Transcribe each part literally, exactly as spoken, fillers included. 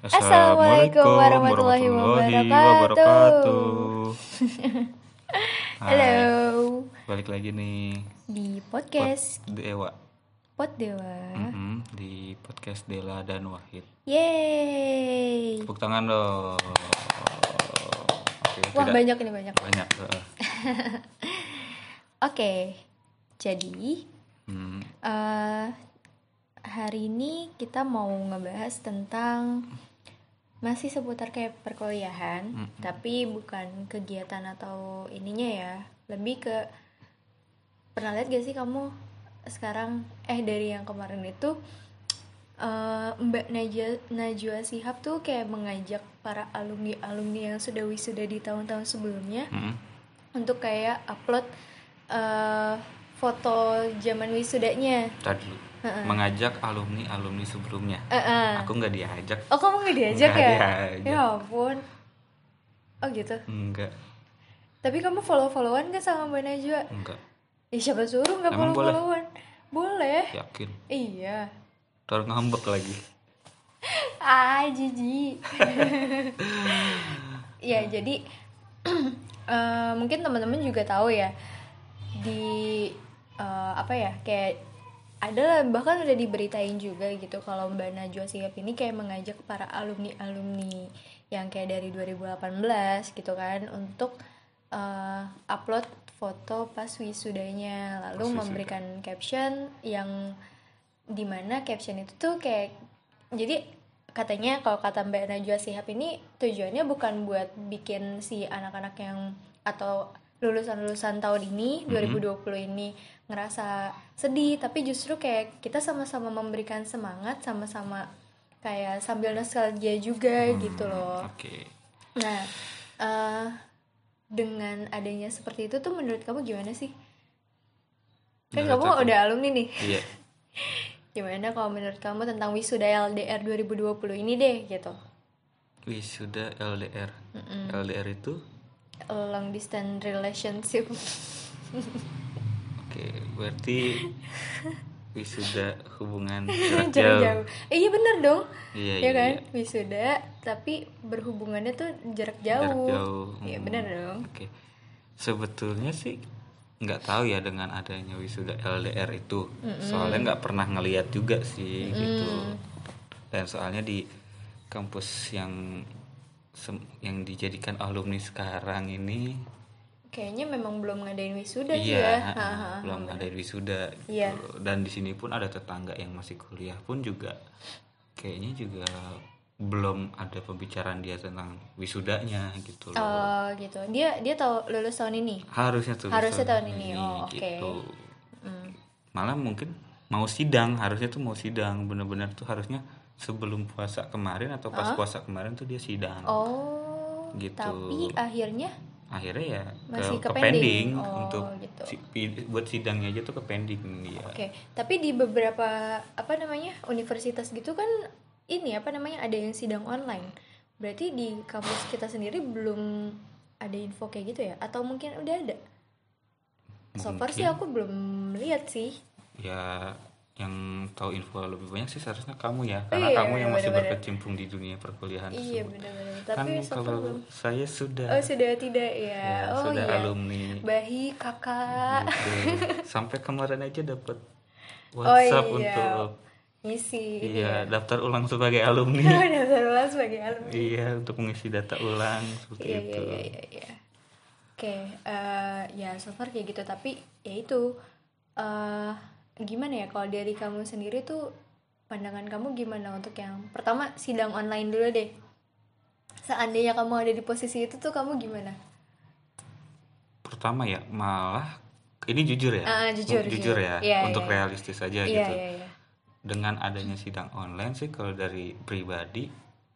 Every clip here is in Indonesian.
Assalamualaikum Assalamualaikum warahmatullahi warahmatullahi wabarakatuh. wabarakatuh. Hai, Halo, balik lagi nih di Pod podcast Dewa. Pot Dewa. Mm-mm, di podcast Dela dan Wahid. Yeay. Tepuk tangan dong. Oke, Wah, tidak banyak ini banyak. banyak. eh. Oke, jadi Hmm, eh, hari ini kita mau ngebahas tentang masih seputar kayak perkuliahan, Mm-mm. tapi bukan kegiatan atau ininya ya, lebih ke pernah lihat gak sih kamu sekarang eh dari yang kemarin itu eh, Mbak Najwa, Najwa Shihab tuh kayak mengajak para alumni-alumni yang sudah wisuda di tahun-tahun sebelumnya mm-mm. untuk kayak upload eh, foto zaman wisudanya. Tadi mengajak alumni-alumni sebelumnya. Eh-eh. Aku nggak diajak. Oh, kamu nggak diajak Nggak ya? diajak. Ya ampun. Oh gitu. Enggak, Tapi kamu follow-followan gak sama Mbak Najwa? enggak. Eh, siapa suruh nggak Emang boleh? follow-followan? Boleh. Yakin. Iya. Ntar ngambek lagi. Ah, jijik. Ya, jadi eh, mungkin teman-teman juga tahu ya di eh, apa ya kayak ada lah, bahkan udah diberitain juga gitu kalau Mbak Najwa Shihab ini kayak mengajak para alumni-alumni yang kayak dari dua ribu delapan belas gitu kan untuk eh, upload foto pas wisudanya, lalu Pas wisuda. memberikan caption yang dimana caption itu tuh kayak jadi katanya kalau kata Mbak Najwa Shihab ini tujuannya bukan buat bikin si anak-anak yang atau lulusan-lulusan tahun ini dua ribu dua puluh ini ngerasa sedih, tapi justru kayak kita sama-sama memberikan semangat, sama-sama kayak sambil nostalgia juga gitu loh. Oke. Nah, eh, dengan adanya seperti itu tuh menurut kamu gimana sih? Kan Menurut kamu aku- udah alumni nih. Iya. Gimana kalau menurut kamu tentang wisuda L D R dua ribu dua puluh ini deh gitu? Wisuda L D R. L D R itu Long distance relationship. oke, berarti wisuda hubungan jarak Jarak jauh. jauh. Eh, iya bener dong. Iya, Ya iya, kan? iya. Wisuda tapi berhubungannya tuh jarak Jarak jauh. jauh. Iya Hmm, bener dong. Oke. Sebetulnya sih nggak tahu ya dengan adanya wisuda L D R itu. Soalnya nggak pernah ngeliat juga sih gitu. Dan soalnya di kampus yang sem- yang dijadikan alumni sekarang ini Kayaknya memang belum ngadain wisuda sih iya, ya. ha-ha, Ha-ha, belum bener. ada wisuda gitu. Iya. Dan di sini pun ada tetangga yang masih kuliah pun juga kayaknya juga belum ada pembicaraan dia tentang wisudanya gitu loh. Oh gitu. Dia dia tahu lulus tahun ini. Harusnya tuh Harusnya tahun tahun ini. Oh, oke. gitu. Hmm. Malah mungkin mau sidang, harusnya tuh mau sidang bener-bener tuh harusnya sebelum puasa kemarin atau pas puasa kemarin tuh dia sidang. Oh. Gitu. Tapi akhirnya Akhirnya ya Masih ke, ke ke pending, pending. Oh, untuk gitu. si- pi- buat sidangnya aja tuh ke pending dia. oke. Tapi di beberapa apa namanya universitas gitu kan ini apa namanya ada yang sidang online. Berarti di kampus kita sendiri belum ada info kayak gitu ya? Atau mungkin udah ada? So far sih aku belum lihat sih. Ya yang tahu info lebih banyak sih seharusnya kamu ya, karena Iya, kamu yang masih benar-benar. berkecimpung di dunia perkuliahan Iya tersebut. benar-benar. Kan Tapi so far kalau belum. saya sudah Oh sudah tidak ya? ya, Oh sudah iya. alumni Baik kakak. gitu. Sampai kemarin aja dapat Oh WhatsApp iya. untuk Ngisi. iya daftar ulang sebagai alumni. Daftar ulang sebagai alumni. Iya, untuk mengisi data ulang seperti Iya itu. iya iya iya. iya. Oke, eh, ya so far kayak gitu, tapi ya itu eh gimana ya kalau dari kamu sendiri tuh pandangan kamu gimana untuk yang pertama sidang online dulu deh. Seandainya kamu ada di posisi itu tuh kamu gimana? Pertama ya, malah ini jujur ya. Ah, jujur, jujur jujur. ya, Iya, untuk iya. realistis aja Iya gitu. iya iya. Dengan adanya sidang online sih kalau dari pribadi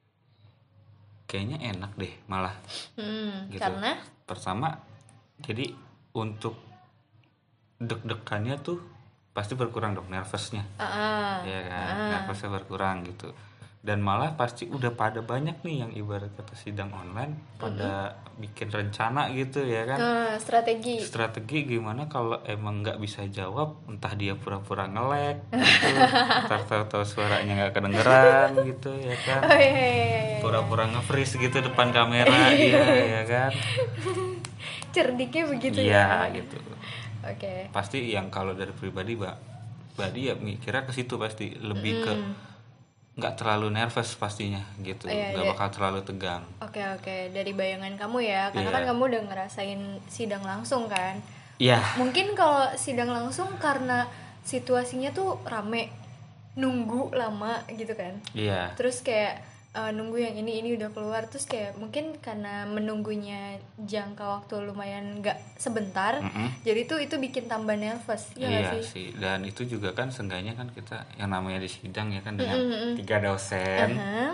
kayaknya enak deh malah Hmm, gitu. karena Pertama, jadi untuk deg-degannya tuh pasti berkurang dong, nervousnya. ah, ah, Ya kan, nervousnya berkurang gitu. Dan malah pasti udah pada banyak nih yang ibarat kata sidang online pada mm-hmm. bikin rencana gitu ya kan. Nah, strategi. Strategi gimana kalau emang nggak bisa jawab, entah dia pura-pura nge-lag gitu, entar tahu-tahu suaranya nggak kedengeran gitu ya kan. Oh, iya, iya, iya. Pura-pura nge-freeze gitu depan kamera dia ya kan. Cerdiknya begitu ya. ya. gitu. Oke. Okay. Pasti yang kalau dari pribadi, Mbak, Badi ya mikirnya ke situ pasti lebih mm. ke nggak terlalu nervous pastinya gitu, nggak iya, iya. bakal terlalu tegang. Oke okay, oke, okay. Dari bayangan kamu ya, karena yeah. kan kamu udah ngerasain sidang langsung kan. Iya. Yeah. Mungkin kalau sidang langsung karena situasinya tuh rame, nunggu lama gitu kan. Iya. Yeah. Terus kayak uh, nunggu yang ini ini udah keluar, terus kayak mungkin karena menunggunya jangka waktu lumayan nggak sebentar, mm-hmm. jadi tuh itu bikin tambah nervous. Ya iya sih? sih, dan itu juga kan seenggaknya kan kita yang namanya di sidang ya kan dengan mm-hmm. tiga dosen, uh-huh.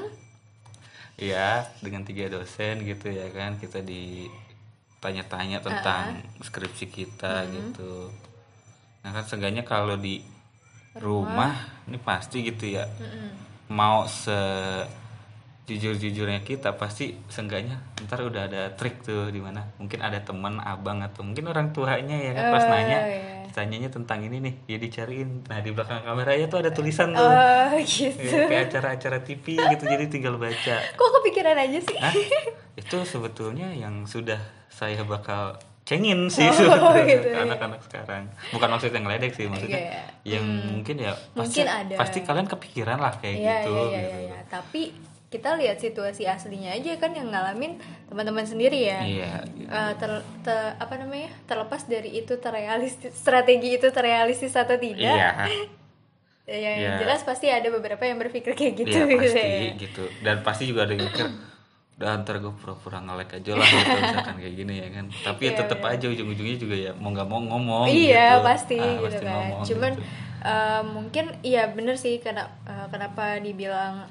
ya dengan tiga dosen gitu ya kan, kita ditanya-tanya tentang uh-huh. skripsi kita mm-hmm. gitu. Nah kan seenggaknya kalau di rumah, rumah ini pasti gitu ya, mm-hmm. mau se jujur-jujurnya kita pasti seenggaknya ntar udah ada trik tuh di mana mungkin ada teman abang atau mungkin orang tuanya ya kan, pas oh, nanya yeah. tanyanya tentang ini nih ya dicariin, nah di belakang kameranya tuh ada tulisan tuh oh, gitu. ya, kayak acara-acara T V gitu, jadi tinggal baca. Kok kepikiran aja sih? Hah? Itu sebetulnya yang sudah saya bakal cengin sih oh, sebetulnya gitu, anak-anak ya. Sekarang bukan maksud yang ngeledek sih, maksudnya yeah. yang hmm, mungkin ya pasti, mungkin ada. Pasti kalian kepikiran lah kayak yeah, gitu, yeah, yeah, gitu. Yeah, yeah. Tapi kita lihat situasi aslinya aja kan yang ngalamin teman-teman sendiri ya. Iya. Uh, ter, ter apa namanya terlepas dari itu terrealistis, strategi itu terrealistis atau tidak. Iya. ya, yang yeah. jelas pasti ada beberapa yang berpikir kayak gitu. Iya pasti ya. gitu. Dan pasti juga ada yang mikir, udah ntar gue pura-pura nge-lag aja lah gitu, misalkan kayak gini ya kan. Tapi ya tetap aja ujung-ujungnya juga ya mau nggak mau ngomong. Iya gitu. pasti ah, gitu pasti kan. Ngomong, Cuman gitu. uh, mungkin iya bener sih karena uh, kenapa dibilang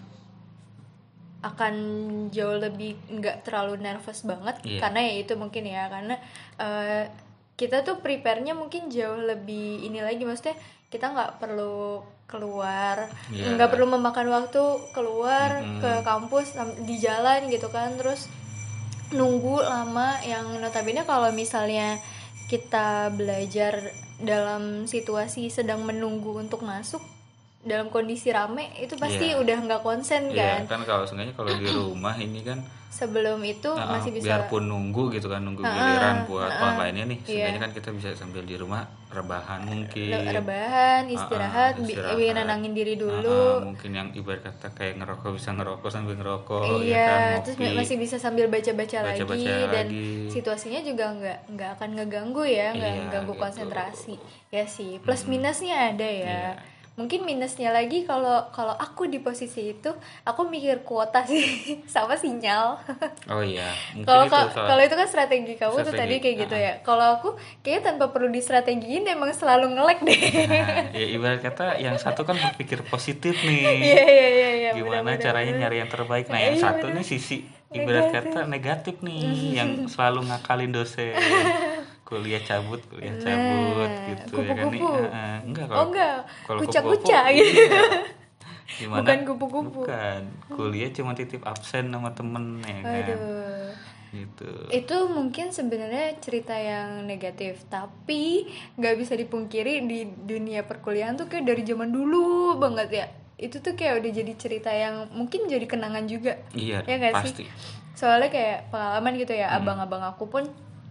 akan jauh lebih nggak terlalu nervous banget yeah. karena ya itu mungkin ya karena uh, kita tuh prepare-nya mungkin jauh lebih ini lagi, maksudnya kita nggak perlu keluar nggak yeah. perlu memakan waktu keluar mm-hmm. ke kampus di jalan gitu kan, terus nunggu lama yang notabene kalau misalnya kita belajar dalam situasi sedang menunggu untuk masuk dalam kondisi rame itu pasti yeah. udah nggak konsen kan. Iya, kan kalau sebenarnya kalau di rumah ini kan sebelum itu uh, masih bisa biarpun nunggu gitu kan, nunggu uh, giliran buat uh, online-nya nih, sebenarnya yeah. kan kita bisa sambil di rumah rebahan mungkin. Rebahan, istirahat, uh, uh, istirahat. Bi- nenangin diri dulu. Uh, uh, mungkin yang ibarat kata kayak ngerokok bisa ngerokok sambil ngerokok iya, ya kan. Iya, terus masih bisa sambil baca-baca, baca-baca lagi, lagi dan situasinya juga nggak nggak akan ngeganggu ya, nggak iya, ngeganggu gitu. konsentrasi. Ya sih, plus minusnya ada ya. Yeah. Mungkin minusnya lagi kalau kalau aku di posisi itu aku mikir kuota sih sama sinyal. Oh iya. Kalau kalau itu kan strategi kamu strategi. Tuh tadi kayak gitu ya. Kalau aku kayaknya tanpa perlu distrategiin emang selalu nge-lag deh. Nah, ya ibarat kata yang satu kan berpikir positif nih. Iya iya iya iya. Gimana bener, caranya bener. Nyari yang terbaik. Nah, yang iya, satu bener. Nih sisi ibarat negatif. Kata negatif nih yang selalu ngakalin dosen. Kuliah cabut, kuliah cabut nah, gitu kupu-kupu. Ya kan nih. Uh, enggak kalau. Oh enggak. Kalau kuca-kuca gitu. Iya. Gimana? Bukan kupu-kupu. Bukan. Kuliah cuma titip absen sama temen ya kan. Aduh. Gitu. Itu mungkin sebenarnya cerita yang negatif, tapi nggak bisa dipungkiri di dunia perkuliahan tuh kayak dari zaman dulu banget ya. Itu tuh kayak udah jadi cerita yang mungkin jadi kenangan juga. Iya. Ya nggak pasti. sih? Soalnya kayak pengalaman gitu ya, hmm. abang-abang aku pun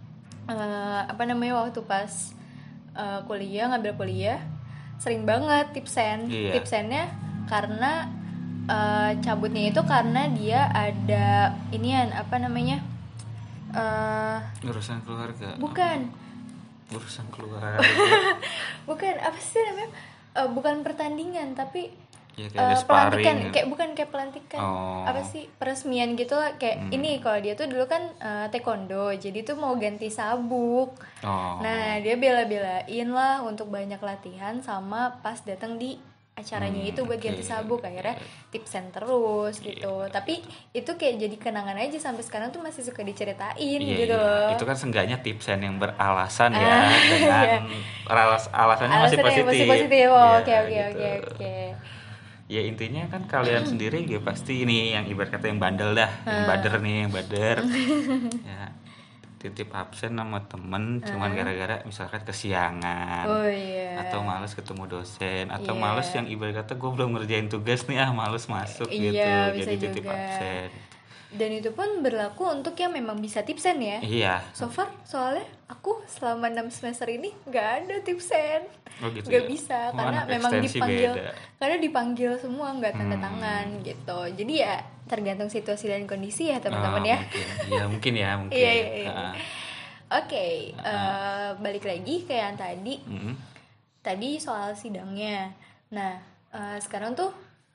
uh, apa namanya waktu pas uh, kuliah ngambil kuliah sering banget tipsen. Iya. Tipsennya karena uh, cabutnya itu karena dia ada inian apa namanya? Uh, urusan keluarga. Bukan. Urusan keluarga. Bukan, apa sih namanya? Uh, bukan pertandingan tapi ya, kayak uh, pelantikan, kayak bukan kayak pelantikan. Oh. Apa sih? Peresmian gitu lah kayak hmm. ini kalau dia tuh dulu kan uh, taekwondo. Jadi tuh mau ganti sabuk. Oh. Nah, dia bela-belain lah untuk banyak latihan sama pas datang di acaranya hmm, itu buat okay, ganti sabuk, akhirnya okay. tipsen terus gitu. Yeah. Tapi itu kayak jadi kenangan aja sampai sekarang tuh masih suka diceritain yeah, gitu loh. Itu kan seenggaknya tipsen yang beralasan ya ah, dengan yeah. alas alasannya Alasan masih positif. Masih positif. Oh, oke oke oke oke. Ya intinya kan kalian sendiri ya pasti ini yang ibarat kata yang bandel dah, yang bader nih, yang bader. Ya titip absen sama temen cuman gara-gara misalkan kesiangan. Oh iya. Atau males ketemu dosen, atau Iya. males yang ibarat kata gue belum ngerjain tugas nih, ah males masuk Iya, gitu. bisa Jadi titip juga. absen. Dan itu pun berlaku untuk yang memang bisa tipsen ya. Iya. So far soalnya aku selama enam semester ini nggak ada tipsen. Oh gitu Nggak ya? bisa Oh, karena anak memang ekstensi dipanggil beda. karena dipanggil semua nggak tanda Hmm. tangan gitu. Jadi ya tergantung situasi dan kondisi ya teman-teman Ah, ya. Mungkin. Iya mungkin ya mungkin. Iya, iya, iya. Ah. Oke, eh, balik lagi ke yang tadi. Mm-mm. Tadi soal sidangnya. Nah, eh, sekarang tuh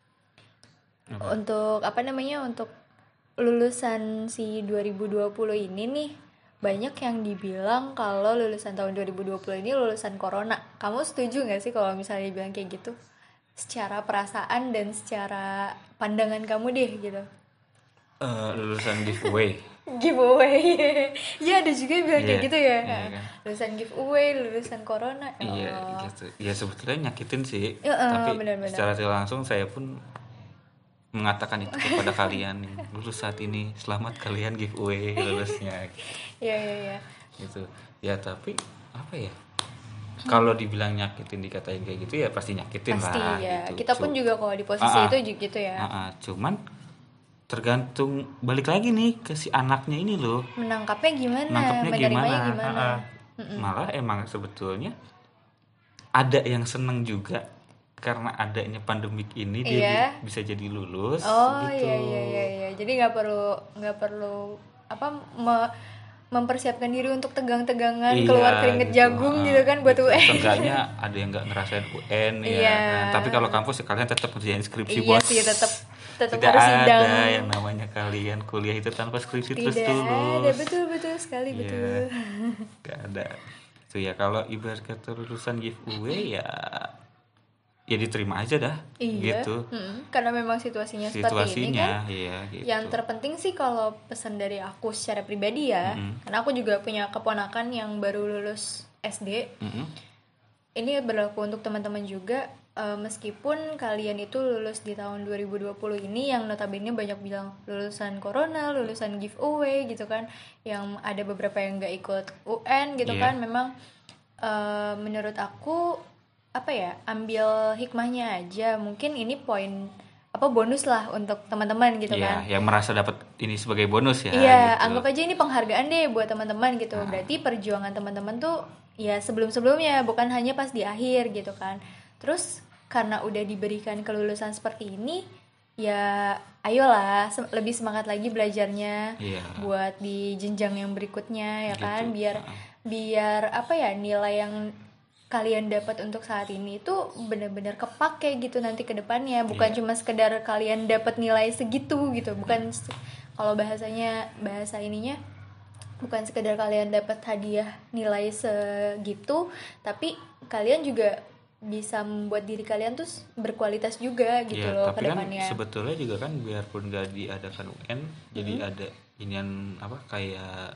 Apa? untuk apa namanya untuk lulusan si dua ribu dua puluh ini nih banyak yang dibilang kalau lulusan tahun dua ribu dua puluh ini lulusan corona. Kamu setuju gak sih kalau misalnya dibilang kayak gitu? Secara perasaan dan secara pandangan kamu deh gitu. Eh, lulusan giveaway. Giveaway. Ya ada juga yang bilang kayak Iya, gitu ya. iya kan. Lulusan giveaway, lulusan corona. Iya Oh. gitu. Ya sebetulnya nyakitin sih. Ya, eh, Tapi benar-benar. secara tidak langsung saya pun mengatakan itu kepada kalian nih, lulus saat ini selamat kalian giveaway lulusnya. Iya iya iya. Gitu. Ya tapi apa ya? Kalau dibilang nyakitin dikatain kayak gitu ya pasti nyakitin Pasti lah. ya. Gitu. Kita pun Cu- juga kalau di posisi Ah, ah. itu juga gitu ya. Ah, ah. Cuman tergantung balik lagi nih ke si anaknya ini loh. Menangkapnya gimana? Nangkepnya Menerimanya gimana? gimana? Ah, ah. Malah emang sebetulnya ada yang seneng juga karena adanya pandemik ini dia Iya. bi- bisa jadi lulus. Oh gitu. iya iya iya iya. Jadi nggak perlu nggak perlu apa me- mempersiapkan diri untuk tegang-tegangan Iya, keluar keringet gitu. jagung Ah, gitu kan buat gitu. U N. Seenggaknya ada yang nggak ngerasain U N ya. Iya. Nah, tapi kalau kampus ya kalian tetap ngerjain skripsi Iya bos. sih, tetap tetap Tidak harus ada sidang. yang namanya kalian kuliah itu tanpa skripsi terus Tidak lulus. ada, betul betul sekali Iya. betul. Gak ada. Itu ya kalau ibarat kata lulusan giveaway ya ya diterima aja dah. Iya. Gitu. Mm-mm. Karena memang situasinya, seperti ini kan. Situasinya iya gitu. Yang terpenting sih kalau pesan dari aku secara pribadi ya, Mm-mm. karena aku juga punya keponakan yang baru lulus S D. Mm-mm. Ini berlaku untuk teman-teman juga, eh, meskipun kalian itu lulus di tahun dua ribu dua puluh ini yang notabene banyak bilang lulusan corona, lulusan giveaway gitu kan, yang ada beberapa yang nggak ikut U N gitu Iya. kan. Memang eh, menurut aku apa ya, ambil hikmahnya aja. Mungkin ini poin apa bonus lah untuk teman-teman gitu kan. Iya, yang merasa dapat ini sebagai bonus ya. Iya, gitu. anggap aja ini penghargaan deh buat teman-teman gitu. Berarti perjuangan teman-teman tuh ya sebelum-sebelumnya, bukan hanya pas di akhir gitu kan. Terus karena udah diberikan kelulusan seperti ini, ya ayolah se- lebih semangat lagi belajarnya Iya. buat di jenjang yang berikutnya ya Gitu. kan, biar Ah. biar apa ya, nilai yang kalian dapat untuk saat ini itu benar-benar kepake gitu nanti ke depannya, bukan Iya. cuma sekedar kalian dapat nilai segitu gitu, bukan se- kalau bahasanya bahasa ininya bukan sekedar kalian dapat hadiah nilai segitu, tapi kalian juga bisa membuat diri kalian tuh berkualitas juga gitu Iya, loh ke tapi kan depannya. sebetulnya juga kan biarpun gak diadakan U N, jadi Hmm. ada inian apa kayak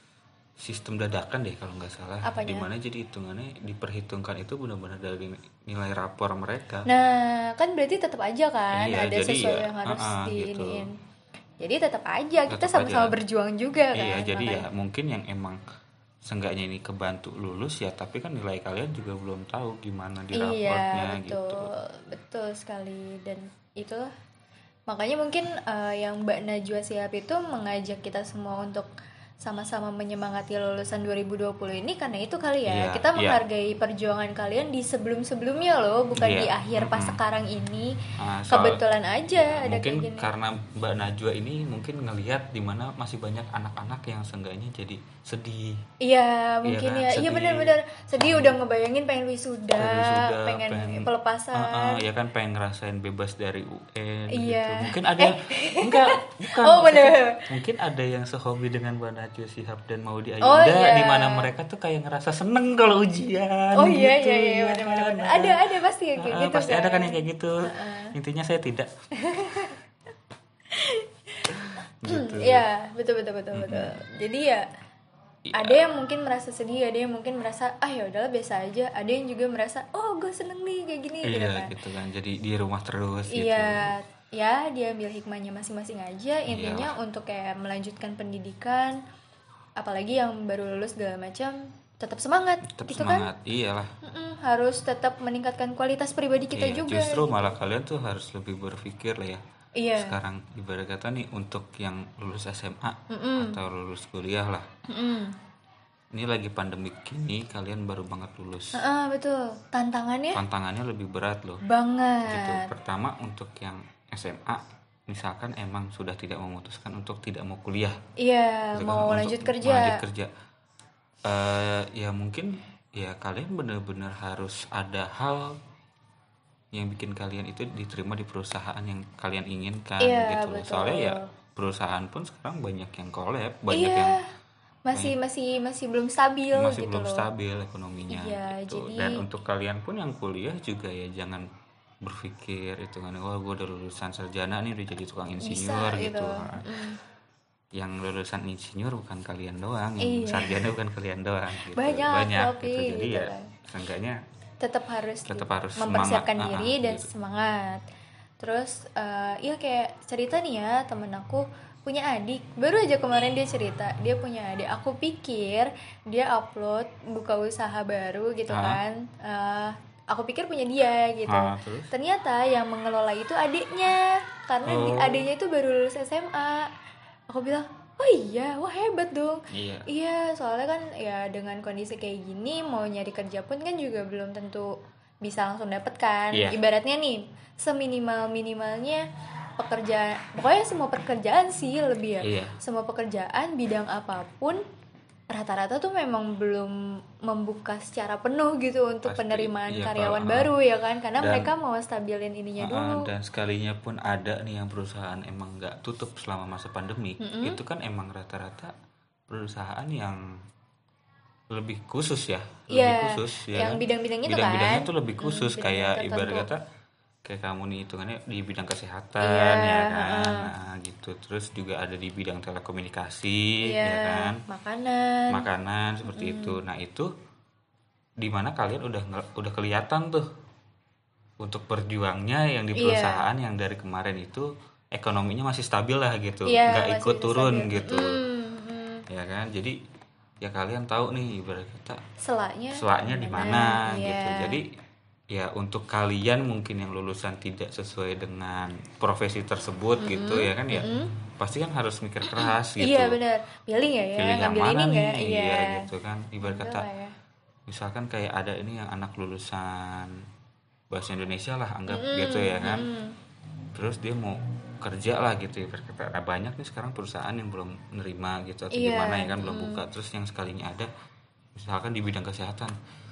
sistem dadakan deh kalau nggak salah, Apanya? dimana jadi hitungannya diperhitungkan itu benar-benar dari nilai rapor mereka. Nah, kan berarti tetap aja kan Iya, ada jadi sesuatu ya, yang harus uh-uh, gitu. diiniin. Jadi tetap aja kita Tetap sama-sama aja. berjuang juga kan. Iya, jadi ya makanya. mungkin yang emang seenggaknya ini kebantu lulus ya, tapi kan nilai kalian juga belum tahu gimana di Iya, raportnya betul. gitu. Betul sekali, dan itulah makanya mungkin eh, yang Mbak Najwa Shihab itu mengajak kita semua untuk sama-sama menyemangati lulusan dua ribu dua puluh ini karena itu kali ya. Iya, Kita iya. menghargai perjuangan kalian di sebelum-sebelumnya loh, bukan Iya, di akhir pas mm-mm. sekarang ini. Ah, soal- Kebetulan aja ada mungkin kayak gini. karena Mbak Najwa ini mungkin ngelihat dimana masih banyak anak-anak yang seenggaknya jadi sedih. Iya, mungkin kan, ya. Iya sedih. benar-benar sedih, udah ngebayangin pengen wisuda, Pengen wisuda, pengen, pengen- pelepasan. Ah, ah, ya kan pengen ngerasain bebas dari U N Iya. gitu. Mungkin ada yang enggak bukan. Oh, maksudnya, bener. mungkin ada yang sehobi dengan Mbak Najwa Shihab dan mau di Oh, Ayunda iya. di mana mereka tuh kayak ngerasa seneng kalau ujian. Oh iya gitu, iya iya ya benar-benar. kan? Ada ada pasti yang kayak Ah, gitu. pasti ada kan yang kayak gitu. Intinya saya tidak. gitu. Iya, betul betul betul betul. Jadi ya ada yang mungkin merasa sedih, ada yang mungkin merasa ah ya udahlah biasa aja, ada yang juga merasa oh gue seneng nih kayak gini iya, gitu kan. gitu kan. Jadi di rumah terus gitu. Iya, ya dia ambil hikmahnya masing-masing aja. Intinya Iyalah. untuk kayak melanjutkan pendidikan, apalagi yang baru lulus segala macam, tetap semangat, Tetap gitu semangat. kan? Iyalah. Mm-mm, harus tetap meningkatkan kualitas pribadi kita Iya, juga. justru gitu. malah kalian tuh harus lebih berpikir lah ya. Iya. Sekarang ibarat kata nih untuk yang lulus S M A Mm-mm. atau lulus kuliah lah. Mm-mm. Ini lagi pandemik gini, kalian baru banget lulus. Ah, betul. Tantangannya Tantangannya lebih berat loh. banget. Gitu. Pertama untuk yang S M A, misalkan emang sudah tidak memutuskan untuk tidak mau kuliah. Iya, Gitu kan, mau untuk lanjut kerja. Lanjut kerja. Eh, ya mungkin ya kalian benar-benar harus ada hal yang bikin kalian itu diterima di perusahaan yang kalian inginkan Iya, gitu loh. betul. Soalnya ya perusahaan pun sekarang banyak yang collab, banyak Iya. yang Masih masih masih belum stabil masih gitu belum loh. stabil ekonominya Iya, gitu. jadi- Dan untuk kalian pun yang kuliah juga ya jangan berpikir itu kan, wah gue udah lulusan sarjana nih udah jadi tukang insinyur Bisa gitu. gitu. Nah, Mm. yang lulusan insinyur bukan kalian doang, yang Iya. sarjana bukan kalian doang gitu. Banyak, tapi gitu. Jadi gitu ya kan. seenggaknya Tetap harus Tetap gitu, harus mempersiapkan semangat, diri ah, ah, dan gitu. semangat. Terus eh iya kayak cerita nih ya, temen aku punya adik, baru aja kemarin dia cerita dia punya adik. Aku pikir dia upload buka usaha baru gitu Ah. kan. Eh, aku pikir punya dia gitu. Ah, terus? Ternyata yang mengelola itu adiknya, karena di- Oh. adiknya itu baru lulus S M A. Aku bilang oh iya, wah hebat dong. Iya. Iya, soalnya kan ya dengan kondisi kayak gini mau nyari kerja pun kan juga belum tentu bisa langsung dapet kan. Iya. Ibaratnya nih, seminimal minimalnya pekerjaan, pokoknya semua pekerjaan sih lebih ya. Iya. Semua pekerjaan bidang apapun rata-rata tuh memang belum membuka secara penuh gitu untuk Pasti, penerimaan iya, karyawan Pak. baru ya kan, karena Dan- mereka mau stabilin ininya Ah, dulu. dan sekalinya pun ada nih yang perusahaan emang nggak tutup selama masa pandemi, itu kan emang rata-rata perusahaan yang lebih khusus ya, lebih Iya, khusus ya yang kan? bidang-bidangnya tuh Bidang-bidangnya kan. tuh lebih Hmm, khusus, bidang kayak tertentu. ibarat kata kayak kamu nih hitungannya di bidang kesehatan Iya, ya kan, heeh. nah, gitu. Terus juga ada di bidang telekomunikasi Iya, ya kan, makanan. makanan seperti itu. Nah itu dimana kalian udah nge- udah kelihatan tuh untuk berjuangnya yang di Iya. perusahaan yang dari kemarin itu ekonominya masih stabil lah gitu, Iya, nggak masih ikut bisa turun stabil. gitu, Hmm, hmm. ya kan. Jadi ya kalian tahu nih ibarat kata Selaknya selaknya di mana Iya. gitu. Jadi ya untuk kalian mungkin yang lulusan tidak sesuai dengan profesi tersebut gitu ya kan, ya pasti kan harus mikir keras gitu. Iya benar, pilih ya ya, Pilih yang ngambil mana ini nih, nggak? iya Iya. gitu kan. Ibarat Ambil kata lah ya. misalkan kayak ada ini yang anak lulusan bahasa Indonesia lah anggap gitu ya kan, terus dia mau kerja lah gitu ya, berkata nah, banyak nih sekarang perusahaan yang belum menerima gitu atau Iya, gimana ya kan, belum buka. Terus yang sekalinya ada misalkan di bidang kesehatan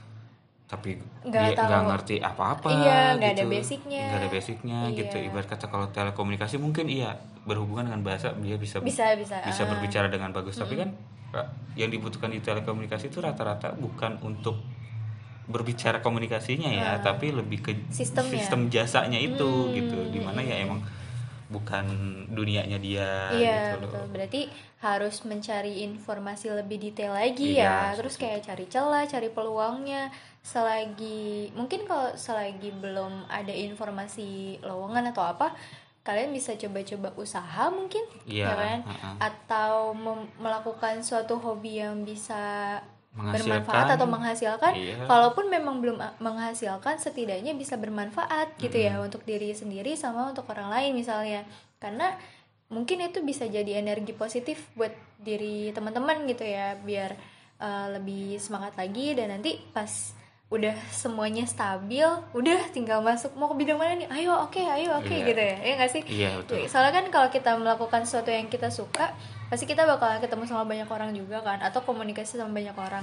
tapi Nggak dia tahu. nggak ngerti apa-apa Iya, nggak ada gitu. basicnya. Nggak ada basicnya Iya. gitu. Ibarat kata kalau telekomunikasi mungkin iya berhubungan dengan bahasa, dia bisa Bisa bisa. bisa ah. berbicara dengan bagus, tapi kan yang dibutuhkan di telekomunikasi itu rata-rata bukan untuk berbicara komunikasinya ya, tapi lebih ke Sistemnya. sistem jasanya itu Hmm, gitu, dimana ya emang bukan dunianya dia Iya gitu loh. betul. Berarti harus mencari informasi lebih detail lagi Iya, ya. Terus kayak cari celah, cari peluangnya. Selagi mungkin kalau selagi belum ada informasi lowongan atau apa, kalian bisa coba-coba usaha mungkin, Iya, ya kan? uh-uh. Atau mem- melakukan suatu hobi yang bisa Menghasilkan. bermanfaat atau menghasilkan. Iya. Kalaupun memang belum a- menghasilkan, setidaknya bisa bermanfaat gitu ya untuk diri sendiri sama untuk orang lain misalnya. Karena mungkin itu bisa jadi energi positif buat diri teman-teman gitu ya, biar uh, lebih semangat lagi. Dan nanti pas udah semuanya stabil, udah tinggal masuk mau ke bidang mana nih, ayo oke ayo oke Iya. gitu ya, ya nggak sih? Iya, betul. Soalnya kan kalau kita melakukan sesuatu yang kita suka, pasti kita bakalan ketemu sama banyak orang juga kan, atau komunikasi sama banyak orang,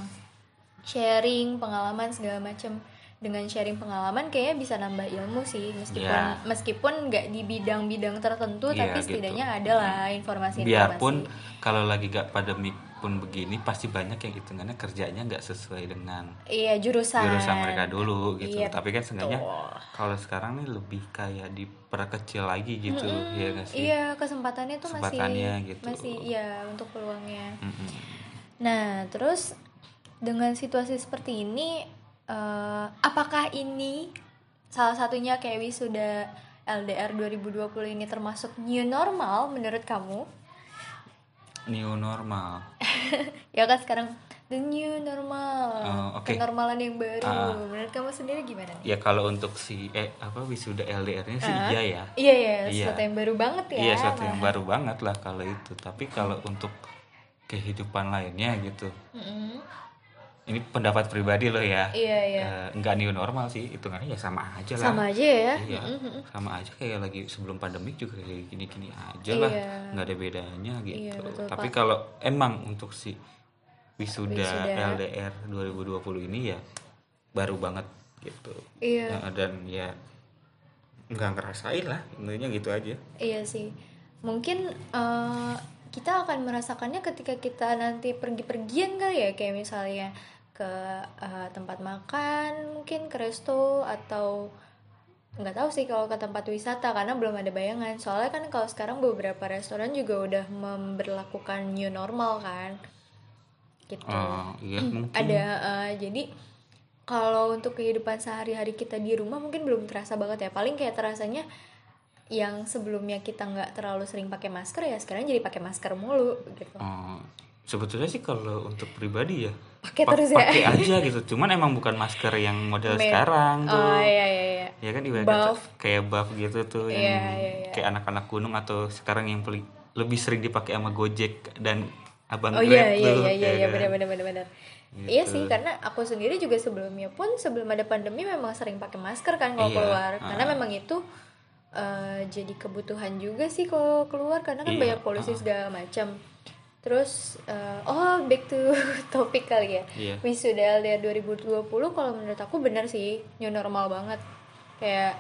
sharing pengalaman segala macam. Dengan sharing pengalaman kayaknya bisa nambah ilmu sih, meskipun Ya. meskipun nggak di bidang-bidang tertentu, Iya, tapi gitu. setidaknya ada lah informasi-informasi. Biarpun kalau lagi gak pandemi pun begini, pasti banyak yang hitungannya kerjanya nggak sesuai dengan Iya, jurusan jurusan mereka dulu gitu. Iya, Tapi kan seenggaknya betul. kalau sekarang nih lebih kayak diperkecil lagi gitu, ya nggak sih? Iya, kesempatannya tuh masih Kesempatannya gitu. masih iya untuk peluangnya. Mm-mm. Nah, terus dengan situasi seperti ini, uh, apakah ini salah satunya kayak wisuda L D R dua ribu dua puluh ini termasuk new normal menurut kamu? New normal. Ya kan sekarang the new normal, uh, okay. kenormalan yang baru. Uh, menurut kamu sendiri gimana nih? Ya kalau untuk si eh apa wisuda L D R-nya sih uh, iya ya. Iya ya, sesuatu iya. yang baru banget ya. Iya, sesuatu yang baru banget lah kalau itu. Tapi kalau hmm. untuk kehidupan lainnya gitu. Mm-hmm. Ini pendapat pribadi lo ya. Iya, iya. Uh, enggak new normal sih, hitungannya ya sama aja lah. Sama aja ya. Iya. Mm-hmm. Sama aja kayak lagi sebelum pandemik juga kayak gini-gini aja lah. Iya. Enggak ada bedanya gitu. Iya, betul, tapi Pak. Kalau emang untuk si wisuda, wisuda L D R dua ribu dua puluh ini ya baru banget gitu. Iya. Nah, dan ya nggak ngerasain lah, intinya gitu aja. Iya sih. Mungkin uh, kita akan merasakannya ketika kita nanti pergi-pergian kali ya, kayak misalnya ke uh, tempat makan, mungkin ke resto, atau nggak tahu sih kalau ke tempat wisata karena belum ada bayangan. Soalnya kan kalau sekarang beberapa restoran juga udah memberlakukan new normal kan. Gitu. Oh, iya, mungkin. Ada uh, jadi kalau untuk kehidupan sehari-hari kita di rumah mungkin belum terasa banget ya. Paling kayak terasanya yang sebelumnya kita nggak terlalu sering pakai masker ya sekarang jadi pakai masker mulu gitu. Oh, sebetulnya sih kalau untuk pribadi ya pakai terus ya. Pakai aja gitu. Cuman emang bukan masker yang model Me- sekarang tuh. Oh iya iya iya. Ya kan ibaratnya kayak buff gitu tuh yang iya, iya, iya. kayak anak-anak gunung atau sekarang yang peli- lebih sering dipakai sama Gojek dan Abang oh, Grab iya, tuh. Oh iya iya iya benar benar benar benar. Gitu. Iya sih, karena aku sendiri juga sebelumnya pun sebelum ada pandemi memang sering pakai masker kan kalau iya, keluar, uh. karena memang itu uh, jadi kebutuhan juga sih kalau keluar karena kan iya, banyak polusi uh. segala macam. Terus uh, oh back to topik kali ya. Iya. Wisuda L D R dua ribu dua puluh kalau menurut aku benar sih new normal banget. Kayak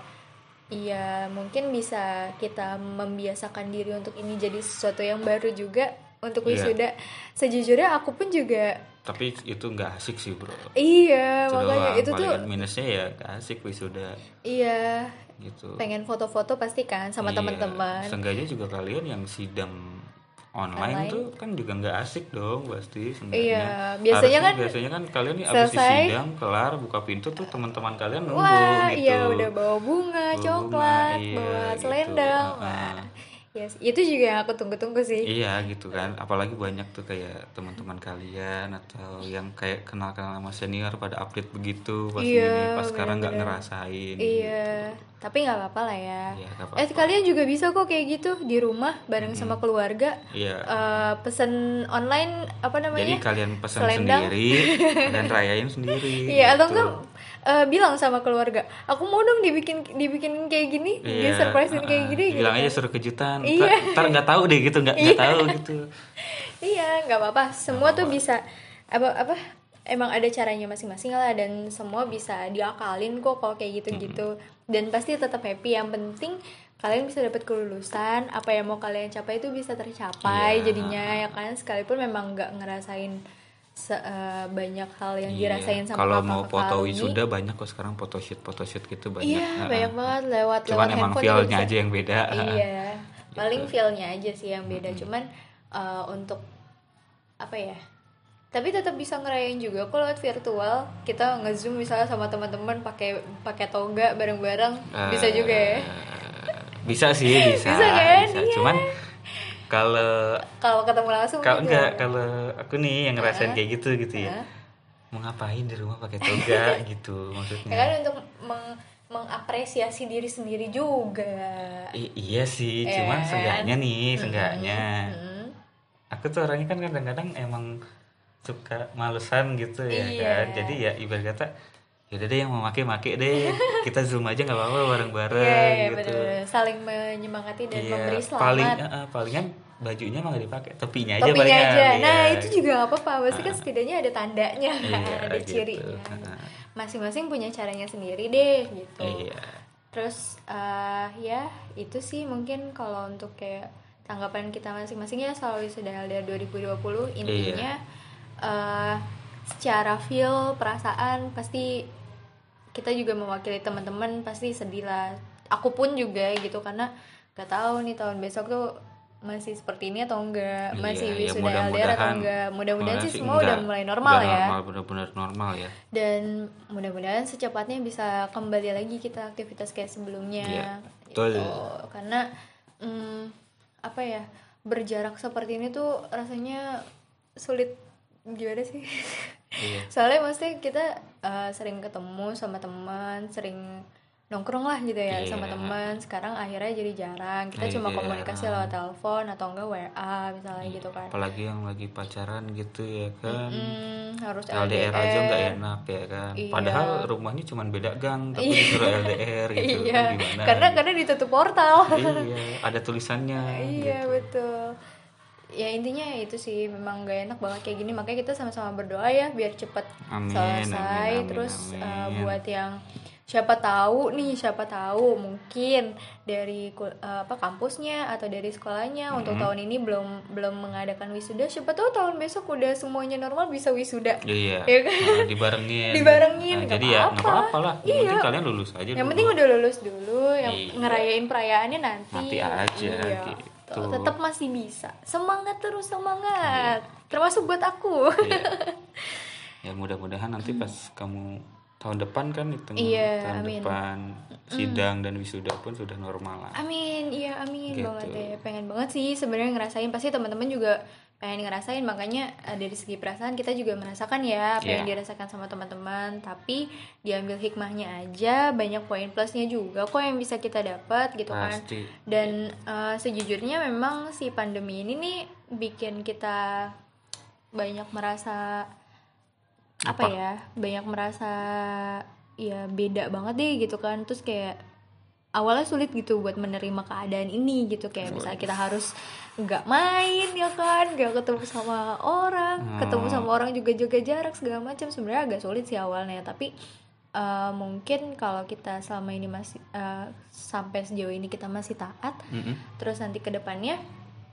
iya mungkin bisa kita membiasakan diri untuk ini jadi sesuatu yang baru juga untuk wisuda. Yeah. Sejujurnya aku pun juga. Tapi itu nggak asik sih bro. Iya itu makanya doang. itu tuh. Palingan minusnya ya nggak asik wisuda. Iya. Gitu. Pengen foto-foto pasti kan sama iya. teman-teman. Seenggaknya juga kalian yang sidang online, online tuh kan juga nggak asik dong pasti. Iya. Biasanya Harusnya, kan. Biasanya kan kalian nih abis sidang kelar buka pintu tuh teman-teman kalian nunggu. Wah, gitu. Iya udah bawa bunga, bawa coklat, bunga, iya, bawa selendang. Gitu. Uh-uh. Yes, itu juga yang aku tunggu-tunggu sih. Iya gitu kan, apalagi banyak tuh kayak teman-teman kalian atau yang kayak kenal-kenal sama senior pada update begitu pas iya, ini, pas sekarang nggak ngerasain. Iya, gitu. Tapi nggak apa-apa lah ya. Iya, eh kalian juga bisa kok kayak gitu di rumah bareng hmm. sama keluarga. Iya. Uh, pesen online apa namanya? Jadi kalian pesan selendang. Sendiri, kalian rayain sendiri. Iya, gitu. Atau enggak uh, bilang sama keluarga, aku mau dong dibikin dibikin kayak gini, iya, di surprisein uh, kayak gini. Bilang gitu. Aja suruh kejutan. Iya. Ntar nggak tahu deh gitu, nggak nggak tahu gitu. Iya, nggak apa-apa. Semua gak tuh apa. Bisa apa apa emang ada caranya masing-masing lah dan semua bisa diakalin kok kalau kayak gitu-gitu. Mm-hmm. Dan pasti tetap happy. Yang penting kalian bisa dapat kelulusan, apa yang mau kalian capai itu bisa tercapai. Yeah. Jadinya ya kan sekalipun memang nggak ngerasain Se, uh, banyak hal yang yeah. dirasain sama kalau mau foto wisuda banyak kok sekarang photoshoot photoshoot gitu banyak. Iya yeah, uh, banyak banget lewat cuman lewat emang feel-nya aja yang beda. Iya gitu. Paling feel-nya aja sih yang beda. Mm-hmm. Cuman uh, untuk apa ya, tapi tetap bisa ngerayain juga kok lewat virtual. Kita nge-zoom misalnya sama teman-teman pakai pakai toga bareng-bareng uh, bisa juga ya. Bisa sih bisa. Bisa kan? Bisa. Yeah. Cuman kalau kalau ketemu langsung kalau enggak kalau aku nih yang ngerasain uh, kayak gitu gitu ya uh. mau ngapain di rumah pakai toga gitu maksudnya ya kan untuk meng, mengapresiasi diri sendiri juga. I- iya sih eh. cuman seenggaknya nih seenggaknya mm-hmm. aku tuh orangnya kan kadang-kadang emang suka malesan gitu ya iya. kan jadi ya ibarat kata yaudah deh yang mau make-make deh kita zoom aja nggak apa-apa bareng-bareng yeah, gitu bener-bener. Saling menyemangati dan yeah, memberi selamat paling uh, palingan bajunya mah nggak dipakai topinya aja topinya palingan aja nah ya. Itu juga nggak apa-apa pasti uh, kan setidaknya ada tandanya iya, ada gitu. cirinya uh, masing-masing punya caranya sendiri deh gitu iya. Terus uh, ya itu sih mungkin kalau untuk kayak tanggapan kita masing-masing ya soal wisuda L D R dua ribu dua puluh intinya iya. uh, secara feel perasaan pasti kita juga mewakili teman-teman pasti sedih lah. Aku pun juga gitu karena gak tahu nih tahun besok tuh masih seperti ini atau enggak, Iya, masih ya wisuda L D R atau mudah-mudahan enggak. Mudah-mudahan sih semua enggak, udah mulai normal udah ya. normal, benar-benar normal ya. Dan mudah-mudahan secepatnya bisa kembali lagi kita aktivitas kayak sebelumnya. Iya, gitu. betul. Karena hmm, apa ya, berjarak seperti ini tuh rasanya sulit, gimana sih? Iya. Soalnya maksudnya kita uh, sering ketemu sama teman, sering nongkrong lah gitu ya, Iya. sama teman. Sekarang akhirnya jadi jarang. Kita Iya, cuma jarang. komunikasi lewat telepon atau enggak W A misalnya gitu kan. Apalagi yang lagi pacaran gitu ya kan. Hmm, harus L D R aja nggak enak ya kan. Iya. Padahal rumahnya cuma beda gang, tapi disuruh L D R gitu. Iya. Kan gimana? Karena karena ditutup portal. Iya, ada tulisannya. Iya gitu. betul. Ya intinya itu sih, memang gak enak banget kayak gini. Makanya kita sama-sama berdoa ya biar cepet Amin, selesai. amin, amin, Terus amin. uh, buat yang siapa tahu nih, siapa tahu mungkin dari kul- uh, apa kampusnya atau dari sekolahnya untuk tahun ini belum belum mengadakan wisuda. Siapa tahu tahun besok udah semuanya normal bisa wisuda. Iya. Ya kan? Nah, dibarengin. Dibarengin, Nah, nggak jadi ya nggak apa-apa. apa-apa lah. Yang Iya. penting kalian lulus aja Yang dulu. penting udah lulus dulu, yang Iya. ngerayain perayaannya nanti. Nanti aja, Iya. gitu. Tetap masih bisa. Semangat terus, semangat. Termasuk buat aku. Iya. Ya mudah-mudahan nanti pas kamu tahun depan kan itu Iya, tahun amin. depan sidang dan wisuda pun sudah normal lah. Amin, iya amin Gitu. banget ya. Pengen banget sih sebenarnya ngerasain. Pasti teman-teman juga pengen ngerasain. Makanya uh, dari segi perasaan kita juga merasakan ya apa yang Iya. dirasakan sama teman-teman. Tapi diambil hikmahnya aja. Banyak poin plusnya juga kok yang bisa kita dapat gitu kan. Pasti. Dan uh, sejujurnya memang si pandemi ini nih bikin kita banyak merasa apa, Apa? ya, banyak merasa ya beda banget deh gitu kan. Terus kayak awalnya sulit gitu buat menerima keadaan ini gitu, kayak misalnya kita harus nggak main ya kan, nggak ketemu sama orang, Hmm. ketemu sama orang juga jaga jarak segala macam. Sebenarnya agak sulit sih awalnya, tapi uh, mungkin kalau kita selama ini masih uh, sampai sejauh ini kita masih taat, Mm-mm. terus nanti ke depannya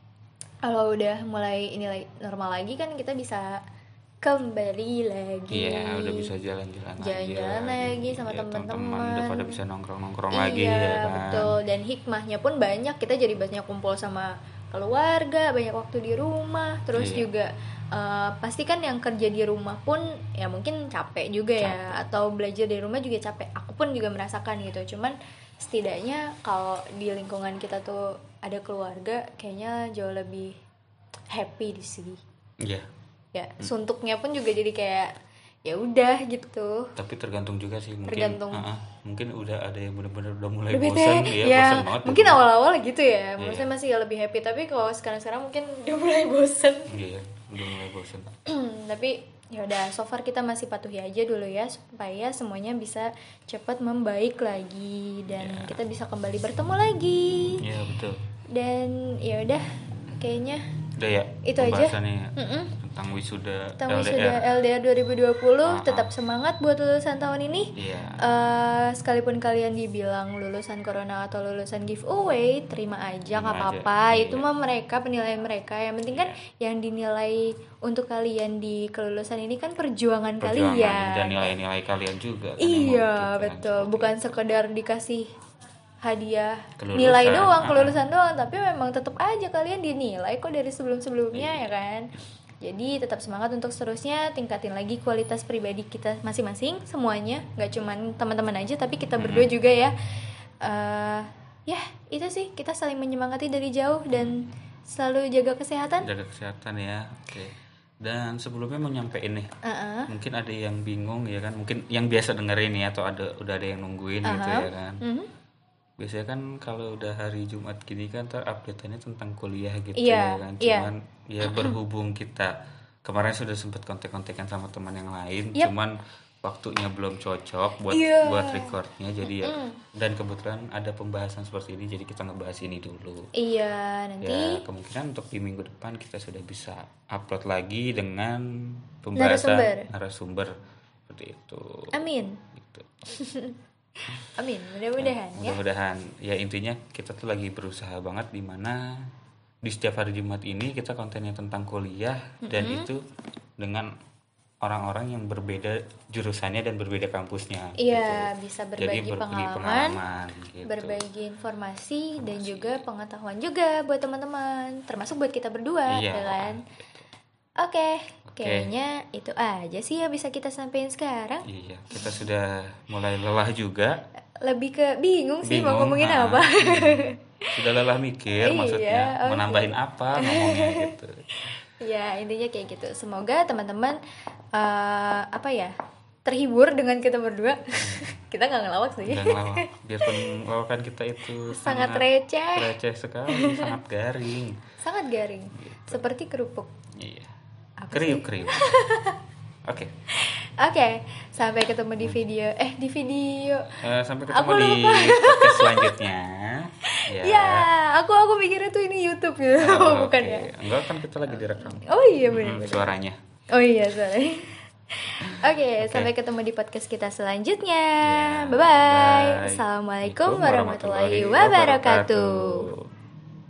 kalau udah mulai ini lagi- normal lagi kan kita bisa kembali lagi. Iya, udah bisa jalan-jalan lagi. Jalan-jalan lagi sama Ya, teman-teman. udah pada bisa nongkrong-nongkrong Iya, lagi ya kan. betul. Dan hikmahnya pun banyak. Kita jadi banyak kumpul sama keluarga, banyak waktu di rumah. Terus Iya. juga uh, pasti kan yang kerja di rumah pun ya mungkin capek juga ya, atau belajar di rumah juga capek. Aku pun juga merasakan gitu. Cuman setidaknya kalau di lingkungan kita tuh ada keluarga, kayaknya jauh lebih happy di sini. Iya. Ya, suntuknya pun juga jadi kayak ya udah gitu. Tapi tergantung juga sih mungkin. Tergantung. uh-uh, mungkin udah ada yang benar-benar udah mulai Lebih bosan teh, ya, ya, bosan banget. mungkin di rumah. awal-awal gitu ya, maksudnya masih lebih happy. Tapi kalau sekarang-sekarang mungkin udah mulai bosen. Iya, udah mulai bosan. Tapi ya udah, so far kita masih patuhi aja dulu ya supaya semuanya bisa cepat membaik lagi dan Ya. kita bisa kembali bertemu lagi. Iya, betul. Dan ya udah, kayaknya Udah ya. Itu aja. pembahasannya ya, Mm-mm. tentang wisuda tentang L D R. wisuda L D R dua ribu dua puluh. Ah, Tetap ah. semangat buat lulusan tahun ini. Iya. Eh, sekalipun kalian dibilang lulusan corona atau lulusan giveaway, terima aja, Terima nggak aja, apa-apa. iya. Itu mah mereka, penilaian mereka. Yang penting kan yang dinilai untuk kalian di kelulusan ini kan perjuangan, Perjuangan kalian. dan nilai-nilai kalian juga kan yang Iya membuktikan betul, seperti bukan itu. sekedar dikasih hadiah Kelulusan, nilai doang, ah. kelulusan doang, tapi memang tetap aja kalian dinilai kok dari sebelum-sebelumnya Iya. ya kan. Jadi tetap semangat untuk seterusnya, tingkatin lagi kualitas pribadi kita masing-masing semuanya, nggak cuman teman-teman aja tapi kita berdua juga ya. Eh, ya itu sih, kita saling menyemangati dari jauh dan selalu jaga kesehatan. Jaga kesehatan ya. Oke. Dan sebelumnya mau nyampein nih. Uh-uh. Mungkin ada yang bingung ya kan, mungkin yang biasa dengerin ya, atau ada udah ada yang nungguin gitu Uh-huh. ya kan. Mhm. Biasanya kan kalau udah hari Jumat gini kan terupdate-nya tentang kuliah gitu Iya, ya kan. iya. Cuman ya berhubung kita kemarin sudah sempat kontek-kontekan sama teman yang lain, Yep. cuman waktunya belum cocok buat Iya. buat recordnya, jadi ya dan kebetulan ada pembahasan seperti ini, jadi kita ngebahas ini dulu. Iya, nanti Ya kemungkinan untuk di minggu depan kita sudah bisa upload lagi dengan pembahasan Narasumber. narasumber seperti itu. amin. Gitu. Amin, mudah-mudahan ya. Mudah-mudahan ya intinya kita tuh lagi berusaha banget di mana di setiap hari Jumat ini kita kontennya tentang kuliah dan itu dengan orang-orang yang berbeda jurusannya dan berbeda kampusnya. Iya, gitu. bisa Jadi berbagi berbagi pengalaman, pengalaman, gitu. berbagi informasi dan juga pengetahuan juga buat teman-teman, termasuk buat kita berdua, Iya. ya kan? Oke, Oke. kayaknya itu aja sih yang bisa kita sampaikan sekarang. Iya, kita sudah mulai lelah juga. Lebih ke bingung sih mau Bingung, ngomongin ah, apa. iya. Sudah lelah mikir, Iya, maksudnya mau oke. nambahin apa ngomongnya gitu. Ya, intinya kayak gitu. Semoga teman-teman eh, apa ya? Terhibur dengan kita berdua. Kita nggak ngelawak sih. Dan lawak, biarpun lawakan kita itu Sangat receh. receh sekali, sangat garing. Sangat garing. Seperti kerupuk. Iya. Apa Kriuk kriuk. Oke. Oke, sampai ketemu di video eh di video. Eh, sampai ketemu Aku di lupa. podcast selanjutnya. Ya. Ya, aku aku mikirnya tuh ini YouTube gitu. Oh, Bukan oke. ya. Enggak, kan kita lagi direkam. Oh iya Hmm, benar-benar. suaranya. Oh iya, sorry. Oke, Oke. sampai ketemu di podcast kita selanjutnya. Ya, Bye bye. bye. Assalamualaikum Assalamualaikum warahmatullahi warahmatullahi wabarakatuh. wabarakatuh.